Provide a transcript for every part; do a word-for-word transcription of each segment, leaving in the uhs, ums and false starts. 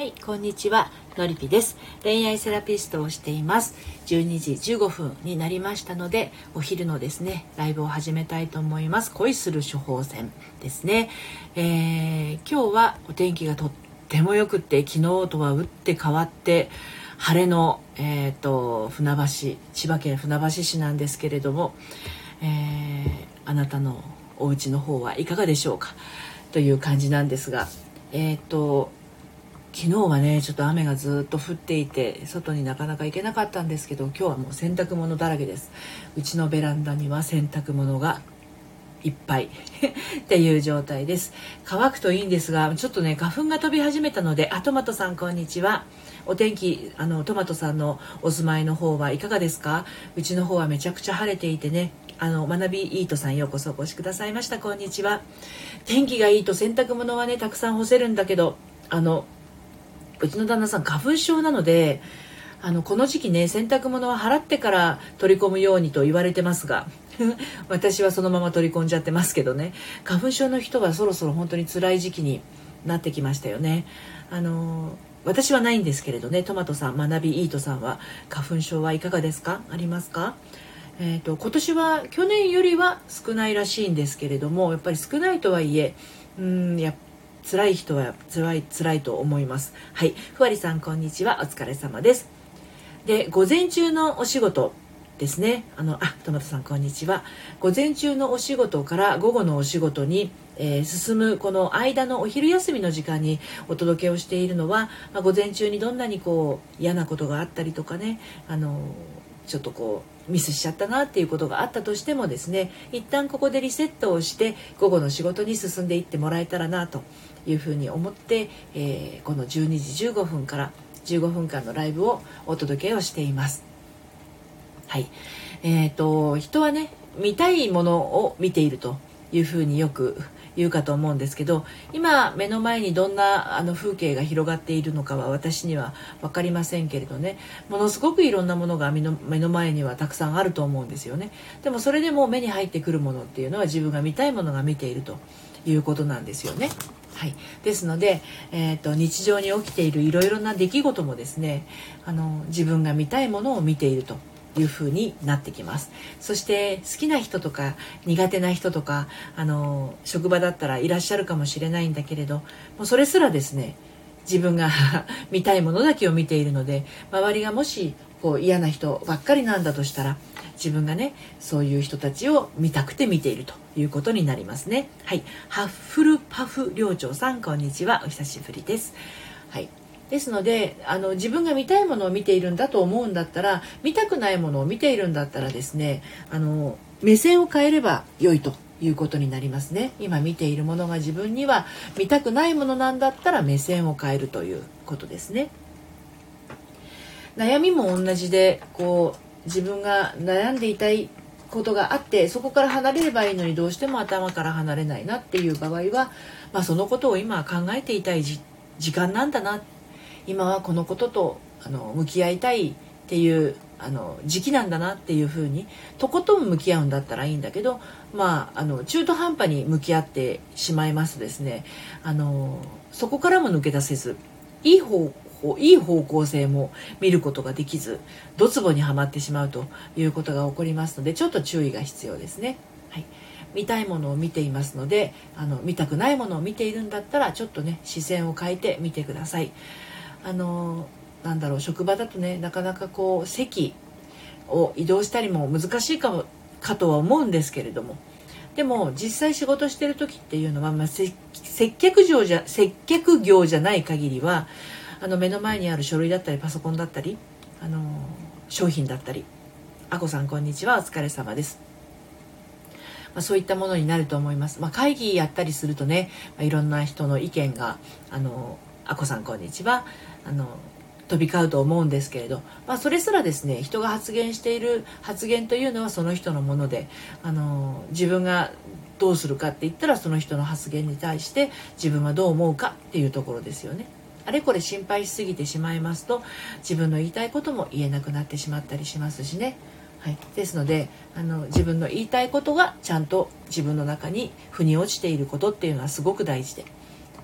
い、こんにちは、のりぴです。恋愛セラピストをしています。じゅうにじじゅうごふんになりましたので、お昼のですねライブを始めたいと思います。恋する処方箋ですね、えー、今日はお天気がとってもよくって、昨日とは打って変わって晴れの、えー、と船橋、千葉県船橋市なんですけれども、えー、あなたのお家の方はいかがでしょうかという感じなんですが、えー、と昨日はねちょっと雨がずっと降っていて外になかなか行けなかったんですけど、今日はもう洗濯物だらけです。うちのベランダには洗濯物がいっぱいっていう状態です。乾くといいんですが、ちょっとね花粉が飛び始めたので。あ、トマトさんこんにちは。お天気、あのトマトさんのお住まいの方はいかがですか？うちの方はめちゃくちゃ晴れていてね、あの学びイートさん、ようこそお越しくださいました。こんにちは。天気がいいと洗濯物はねたくさん干せるんだけど、あのうちの旦那さん花粉症なので、あのこの時期ね洗濯物は払ってから取り込むようにと言われてますが私はそのまま取り込んじゃってますけどね。花粉症の人はそろそろ本当に辛い時期になってきましたよね。あの私はないんですけれどね。トマトさん、学びイートさんは花粉症はいかがですか？ありますか？えーと、今年は去年よりは少ないらしいんですけれども、やっぱり少ないとはいえ、うーんやっぱ辛い人は辛い辛いと思います。はい、ふわりさんこんにちは、お疲れ様です。で、午前中のお仕事ですね。あのあトマトさんこんにちは。午前中のお仕事から午後のお仕事に、えー、進むこの間のお昼休みの時間にお届けをしているのは、まあ、午前中にどんなにこう嫌なことがあったりとかね、あのちょっとこうミスしちゃったなっていうことがあったとしてもですね、一旦ここでリセットをして午後の仕事に進んでいってもらえたらなというふうに思って、えー、このじゅうにじじゅうごふんからじゅうごふんかんのライブをお届けをしています。はい、えーと人はね見たいものを見ているというふうによく言うかと思うんですけど、今目の前にどんなあの風景が広がっているのかは私には分かりませんけれどね、ものすごくいろんなものが目の、目の前にはたくさんあると思うんですよね。でもそれでも目に入ってくるものっていうのは自分が見たいものが見ているということなんですよね。はい、ですので、えーと、日常に起きているいろいろな出来事もですね、あの自分が見たいものを見ているという風になってきます。そして好きな人とか苦手な人とか、あの職場だったらいらっしゃるかもしれないんだけれど、もうそれすらですね自分が見たいものだけを見ているので、周りがもしこう嫌な人ばっかりなんだとしたら、自分がねそういう人たちを見たくて見ているということになりますね。はい、ハッフルパフ寮長さんこんにちは、お久しぶりです。はい、ですので、あの自分が見たいものを見ているんだと思うんだったら、見たくないものを見ているんだったらですね、あの目線を変えれば良いということになりますね。今見ているものが自分には見たくないものなんだったら目線を変えるということですね。悩みも同じで、こう自分が悩んでいたいことがあって、そこから離れればいいのにどうしても頭から離れないなっていう場合は、まあ、そのことを今考えていたい時間なんだな、今はこのこととあの向き合いたいっていうあの時期なんだなっていうふうにとことん向き合うんだったらいいんだけど、まあ、あの中途半端に向き合ってしまいますとですね、あのそこからも抜け出せず、いい方いい方向性も見ることができず、ドツボにはまってしまうということが起こりますので、ちょっと注意が必要ですね。はい、見たいものを見ていますので、あの見たくないものを見ているんだったらちょっとね視線を変えてみてください。あのなんだろう、職場だとねなかなかこう席を移動したりも難しいかもかとは思うんですけれども、でも実際仕事してる時っていうのは、まあ、接客業じゃ接客業じゃない限りは、あの目の前にある書類だったりパソコンだったり、あの商品だったり、あこさんこんにちは、お疲れ様です。まあ、そういったものになると思います。まあ、会議やったりするとね、まあ、いろんな人の意見があのあこさんこんにちはあの飛び交うと思うんですけれど、まあ、それすらですね、人が発言している発言というのはその人のもので、あの自分がどうするかって言ったらその人の発言に対して自分はどう思うかっていうところですよね。あれこれ心配しすぎてしまいますと、自分の言いたいことも言えなくなってしまったりしますしね。はい、ですので、あの自分の言いたいことがちゃんと自分の中に腑に落ちていることっていうのはすごく大事で、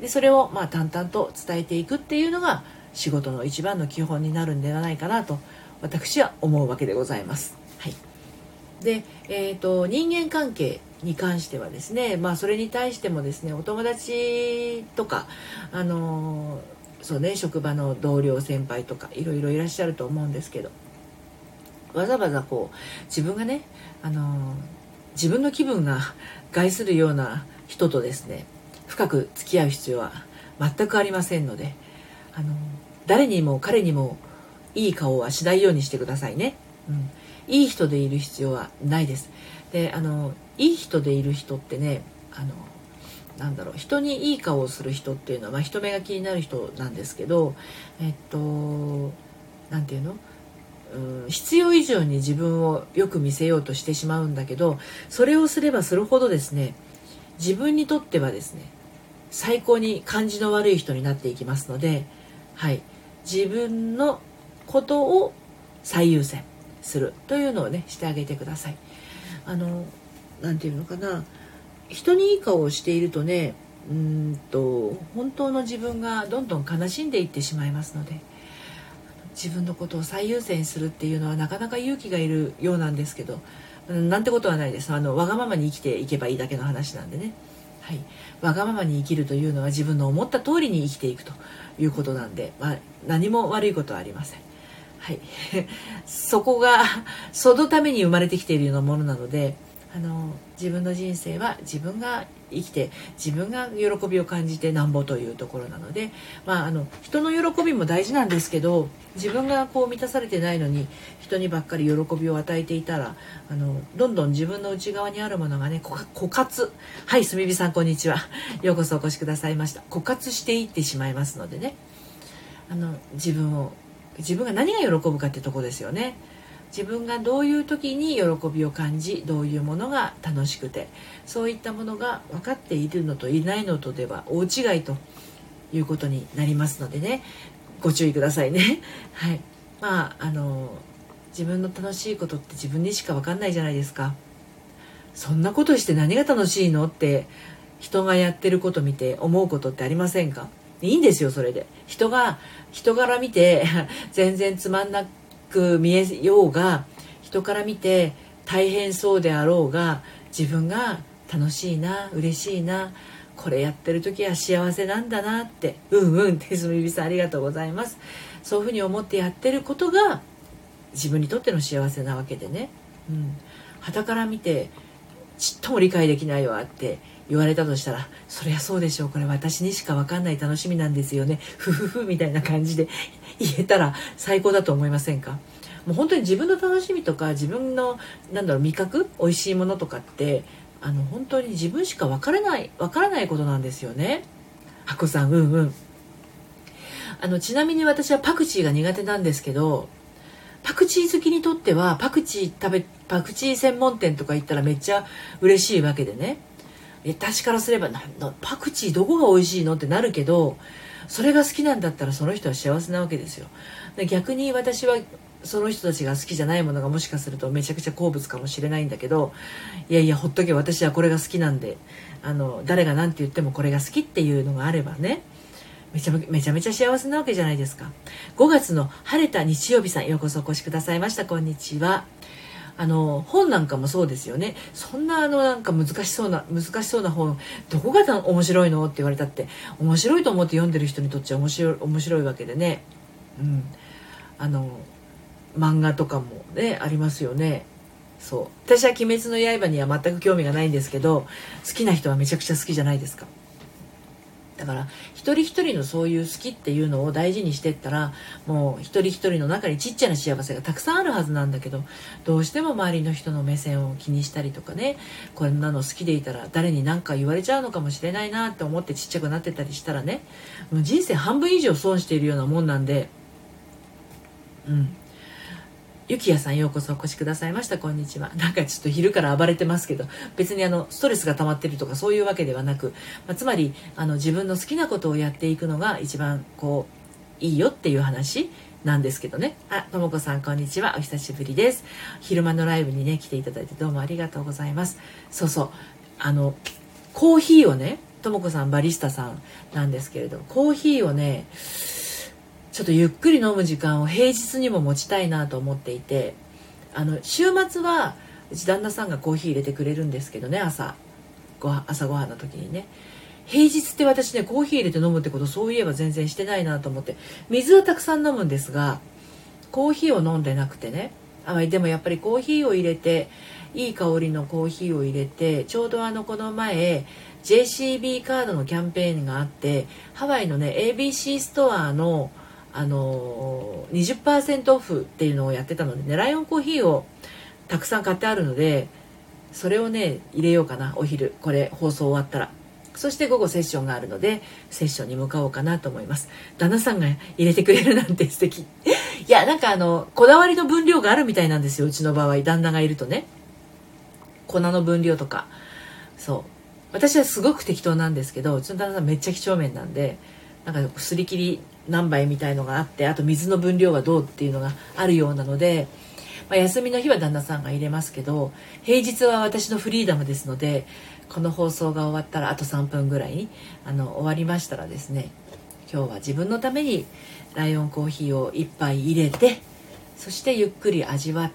でそれをまあ淡々と伝えていくっていうのが仕事の一番の基本になるんではないかなと私は思うわけでございます。はい、で、えーと、人間関係に関してはですね、まあ、それに対してもですね、お友達とか、あのーそうね、職場の同僚先輩とかいろいろいらっしゃると思うんですけど、わざわざこう自分がね、あのー自分の気分が害するような人とですね深く付き合う必要は全くありませんので、あのー誰にも彼にもいい顔はしないようにしてくださいね。うん、いい人でいる必要はないです。で、あのいい人でいる人ってね、あのなんだろう、人にいい顔をする人っていうのは、まあ、人目が気になる人なんですけど、えっとなんていうの、うん、必要以上に自分をよく見せようとしてしまうんだけど、それをすればするほどですね、自分にとってはですね最高に感じの悪い人になっていきますので、はい、自分のことを最優先するというのをねしてあげてください。あのなんていうのかな、人にいい顔をしているとね、うーんと本当の自分がどんどん悲しんでいってしまいますので、自分のことを最優先するっていうのはなかなか勇気がいるようなんですけど、なんてことはないです。あのわがままに生きていけばいいだけの話なんでね。はい、わがままに生きるというのは自分の思った通りに生きていくということなんで、まあ、何も悪いことはありません。はい、そこがそのために生まれてきているようなものなので、あの自分の人生は自分が生きて自分が喜びを感じてなんぼというところなので、まあ、あの人の喜びも大事なんですけど、自分がこう満たされてないのに人にばっかり喜びを与えていたら、あのどんどん自分の内側にあるものがね枯渇、はい、すみびさんこんにちは、ようこそお越しくださいました。枯渇していってしまいますのでね、あの自分を自分が何が喜ぶかってとこですよね。自分がどういう時に喜びを感じ、どういうものが楽しくて、そういったものが分かっているのといないのとでは大違いということになりますのでね、ご注意くださいね。はい、まああの自分の楽しいことって自分にしか分かんないじゃないですか。そんなことして何が楽しいのって人がやってること見て思うことってありませんか？いいんですよ、それで。人が人から見て全然つまんなく見えようが、人から見て大変そうであろうが、自分が楽しいな、嬉しいな、これやってる時は幸せなんだなって、うんうんってすみびさんありがとうございます。そういうふうに思ってやってることが自分にとっての幸せなわけでね、うん、傍から見てちっとも理解できないわって言われたとしたら、そりゃそうでしょう、これ私にしか分かんない楽しみなんですよね、ふふふみたいな感じで言えたら最高だと思いませんか？もう本当に自分の楽しみとか自分のなんだろう味覚、美味しいものとかってあの本当に自分しか分からない分からないことなんですよね。あこさん、うんうん。あのちなみに私はパクチーが苦手なんですけど、パクチー好きにとってはパクチー食べパクチー専門店とか行ったらめっちゃ嬉しいわけでね、私からすればなパクチーどこが美味しいのってなるけど、それが好きなんだったらその人は幸せなわけですよ。で逆に私はその人たちが好きじゃないものがもしかするとめちゃくちゃ好物かもしれないんだけど、いやいやほっとけ、私はこれが好きなんで、あの誰が何て言ってもこれが好きっていうのがあればね、めちゃめちゃめちゃ幸せなわけじゃないですか。ごがつの晴れた日曜日さん、ようこそお越しくださいました。こんにちは。あの本なんかもそうですよね。そんなあのなんか難しそうな難しそうな本どこが面白いのって言われたって、面白いと思って読んでる人にとっちゃ面白い面白いわけでね、うん、あの漫画とかもねありますよね。そう、私は鬼滅の刃には全く興味がないんですけど、好きな人はめちゃくちゃ好きじゃないですか。だから一人一人のそういう好きっていうのを大事にしていったら、もう一人一人の中にちっちゃな幸せがたくさんあるはずなんだけど、どうしても周りの人の目線を気にしたりとかね、こんなの好きでいたら誰に何か言われちゃうのかもしれないなって思ってちっちゃくなってたりしたらね、もう人生半分以上損しているようなもんなんで、うんゆきやさん、ようこそお越しくださいました。こんにちは。なんかちょっと昼から暴れてますけど、別にあのストレスが溜まってるとかそういうわけではなく、まあ、つまりあの自分の好きなことをやっていくのが一番こういいよっていう話なんですけどね。あ、ともこさんこんにちは。お久しぶりです。昼間のライブにね来ていただいてどうもありがとうございます。そうそう、あのコーヒーをねともこさんバリスタさんなんですけれど、コーヒーをねちょっとゆっくり飲む時間を平日にも持ちたいなと思っていて、あの週末はうち旦那さんがコーヒー入れてくれるんですけどね、朝ごは朝ごはんの時にね。平日って私ねコーヒー入れて飲むってことそういえば全然してないなと思って、水はたくさん飲むんですがコーヒーを飲んでなくてね。あでもやっぱりコーヒーを入れていい香りのコーヒーを入れて、ちょうどあのこの前 ジェーシービー カードのキャンペーンがあって、ハワイのね エービーシー ストアのあの にじゅっパーセント オフっていうのをやってたのでね、ライオンコーヒーをたくさん買ってあるので、それをね入れようかな、お昼これ放送終わったら。そして午後セッションがあるのでセッションに向かおうかなと思います。旦那さんが入れてくれるなんて素敵。いやなんかあのこだわりの分量があるみたいなんですよ、うちの場合。旦那がいるとね、粉の分量とか。そう私はすごく適当なんですけど、うちの旦那さんめっちゃ几帳面なんで、なんかすり切り何杯みたいのがあって、あと水の分量はどうっていうのがあるようなので、まあ、休みの日は旦那さんが入れますけど、平日は私のフリーダムですので、この放送が終わったらあとさんぷんぐらいにあの終わりましたらですね、今日は自分のためにライオンコーヒーをいっぱい入れて、そしてゆっくり味わって、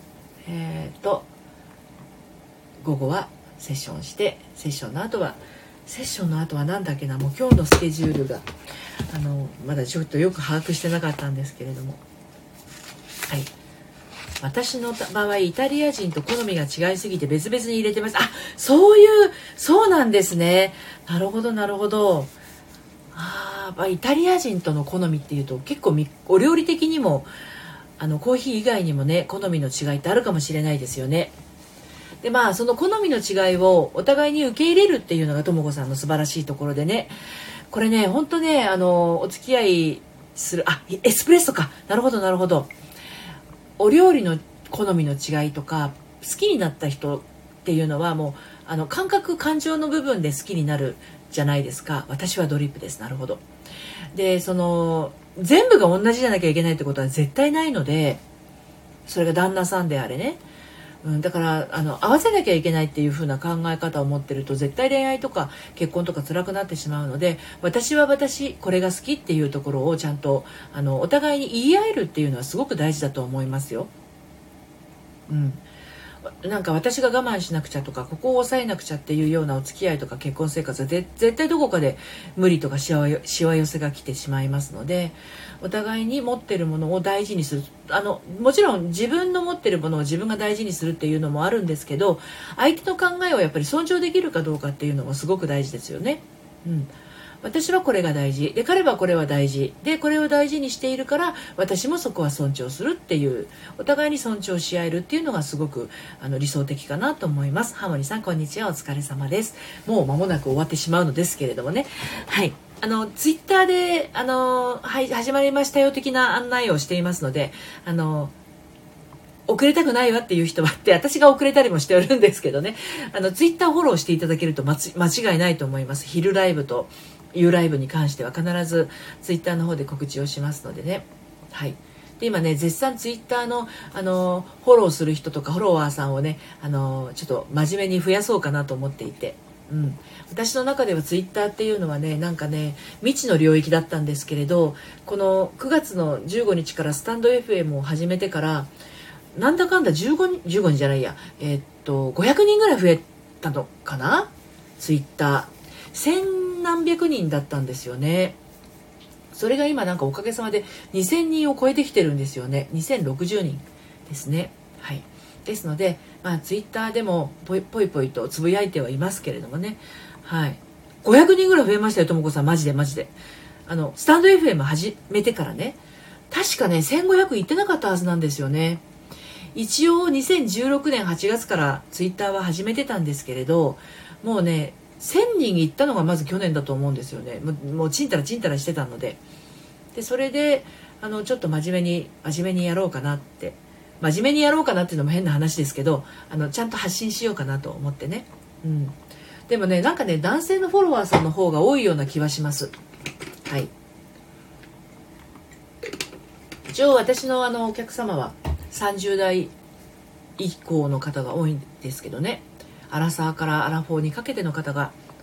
えー、と午後はセッションして、セッションの後はセッションの後はなんだっけな、もう今日のスケジュールがあのまだちょっとよく把握してなかったんですけれども、はい、私の場合イタリア人と好みが違いすぎて別々に入れてます。あ、そういうそうなんですね。なるほどなるほど。ああ、イタリア人との好みっていうと結構お料理的にもあのコーヒー以外にもね好みの違いってあるかもしれないですよね。でまあその好みの違いをお互いに受け入れるっていうのがともこさんの素晴らしいところでね、これね本当ねあのお付き合いする、あエスプレッソか、なるほどなるほど。お料理の好みの違いとか好きになった人っていうのはもうあの感覚感情の部分で好きになるじゃないですか。私はドリップです。なるほど。でその全部が同じじゃなきゃいけないってことは絶対ないので、それが旦那さんであれね、うん、だからあの合わせなきゃいけないっていう風な考え方を持ってると絶対恋愛とか結婚とか辛くなってしまうので、私は私これが好きっていうところをちゃんとあのお互いに言い合えるっていうのはすごく大事だと思いますよ。うん、なんか私が我慢しなくちゃとかここを抑えなくちゃっていうようなお付き合いとか結婚生活は絶対どこかで無理とかしわよしわ寄せが来てしまいますので、お互いに持ってるものを大事にする。あのもちろん自分の持ってるものを自分が大事にするっていうのもあるんですけど、相手の考えをやっぱり尊重できるかどうかっていうのもすごく大事ですよね。うん、私はこれが大事で、彼はこれは大事で、これを大事にしているから私もそこは尊重するっていう、お互いに尊重し合えるっていうのがすごくあの理想的かなと思います。ハーモニーさんこんにちは、お疲れ様です。もう間もなく終わってしまうのですけれどもね、はい、あのツイッターであの、はい、始まりましたよ的な案内をしていますので、あの遅れたくないわっていう人はって私が遅れたりもしておるんですけどね、あのツイッターフォローしていただけると間違いないと思います。昼ライブと夕ライブに関しては必ずツイッターの方で告知をしますのでね。はい。で今ね絶賛ツイッターのあのフォローする人とかフォロワーさんをねあのちょっと真面目に増やそうかなと思っていて、うん、私の中ではツイッターっていうのはねなんかね未知の領域だったんですけれど、このくがつのじゅうごにちからスタンド エフエム を始めてからなんだかんだじゅうごにんじゅうごにんじゃないやえー、っとごひゃくにんぐらい増えたのかな。ツイッター千何百人だったんですよね。それが今なんかおかげさまでにせんにんを超えてきてるんですよね。にせんろくじゅうにんですね。はい。ですので、まあツイッターでもぽいぽいぽいとつぶやいてはいますけれどもね。はい。ごひゃくにんぐらい増えましたよ、ともこさん。マジでマジで。あのスタンド エフエム 始めてからね、確かねせんごひゃくいってなかったはずなんですよね。一応にせんじゅうろくねんはちがつからツイッターは始めてたんですけれど、もうねせんにん行ったのがまず去年だと思うんですよね。もう、もうちんたらちんたらしてたので、でそれであのちょっと真面目に真面目にやろうかなって、真面目にやろうかなっていうのも変な話ですけど、あのちゃんと発信しようかなと思ってね。うん。でもねなんかね男性のフォロワーさんの方が多いような気はします。はい。一応私のあのお客様はさんじゅう代以降の方が多いんですけどね、アラサーからアラフォーにかけての方が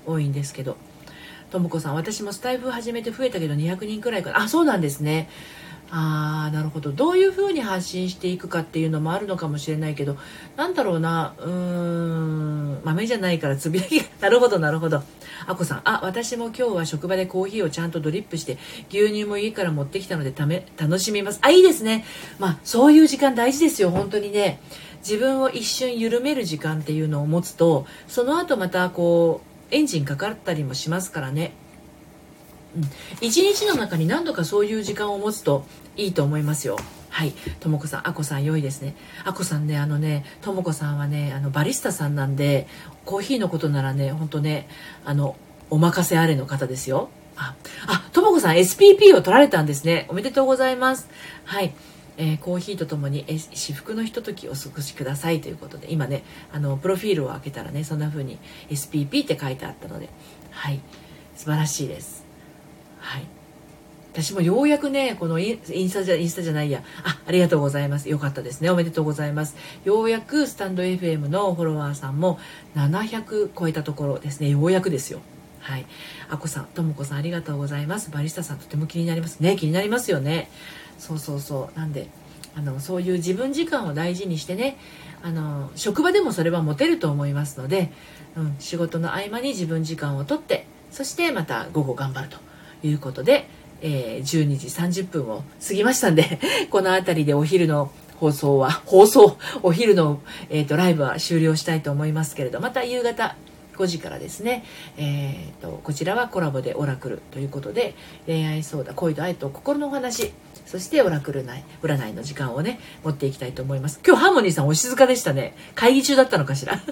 多いんですけど。ともこさん、私もスタイフ始めて増えたけどにひゃくにんくらいかな。あ、そうなんですね。あー、なるほど。どういうふうに発信していくかっていうのもあるのかもしれないけど、なんだろうな、うーん、豆じゃないからつぶやきが、なるほど、なるほど。あこさん、あ、私も今日は職場でコーヒーをちゃんとドリップして、牛乳も家から持ってきたのでため、楽しみます。あ、いいですね。まあ、そういう時間大事ですよ、本当にね。自分を一瞬緩める時間っていうのを持つと、その後またこう、エンジンかかったりもしますからね。うん、一日の中に何度かそういう時間を持つといいと思いますよ。はい、ともこさん、あこさん良いですね。あこさんね、あのね、ともこさんはね、あのバリスタさんなんで、コーヒーのことならね、本当ね、あのお任せあれの方ですよ。あ、あ、ともこさん エスピーピー を取られたんですね。おめでとうございます。はい。えー、コーヒーとともにえ至福のひとときお過ごしくださいということで、今ね、あのプロフィールを開けたらね、そんな風に エスピーピー って書いてあったので、はい、素晴らしいです。はい、私もようやくね、このインスタじゃインスタじゃないや、あ、ありがとうございます。よかったですね。おめでとうございます。ようやくスタンド エフエム のフォロワーさんもななひゃく超えたところですね。ようやくですよ。はい、あこさん、ともこさん、ありがとうございます。バリスタさん、とても気になりますね。気になりますよね。そうそうそう。なんで、あのそういう自分時間を大事にしてね、あの職場でもそれは持てると思いますので、うん、仕事の合間に自分時間をとって、そしてまた午後頑張るということで、えー、じゅうにじさんじゅっぷんを過ぎましたんでこの辺りでお昼の放送は放送お昼の、えーと、ライブは終了したいと思いますけれど、また夕方ごじからですね、えーと、こちらはコラボでオラクルということで、恋愛相談、恋と愛と心のお話、そしてオラクル占いの時間をね持っていきたいと思います。今日ハーモニーさんお静かでしたね。会議中だったのかしら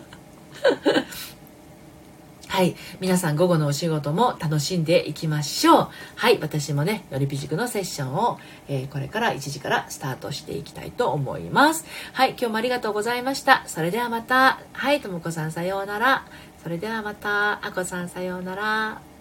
はい。皆さん午後のお仕事も楽しんでいきましょう。はい。私もね、のりぴ塾のセッションを、えー、これからいちじからスタートしていきたいと思います。はい。今日もありがとうございました。それではまた。はい。ともこさんさようなら。それではまた。あこさんさようなら。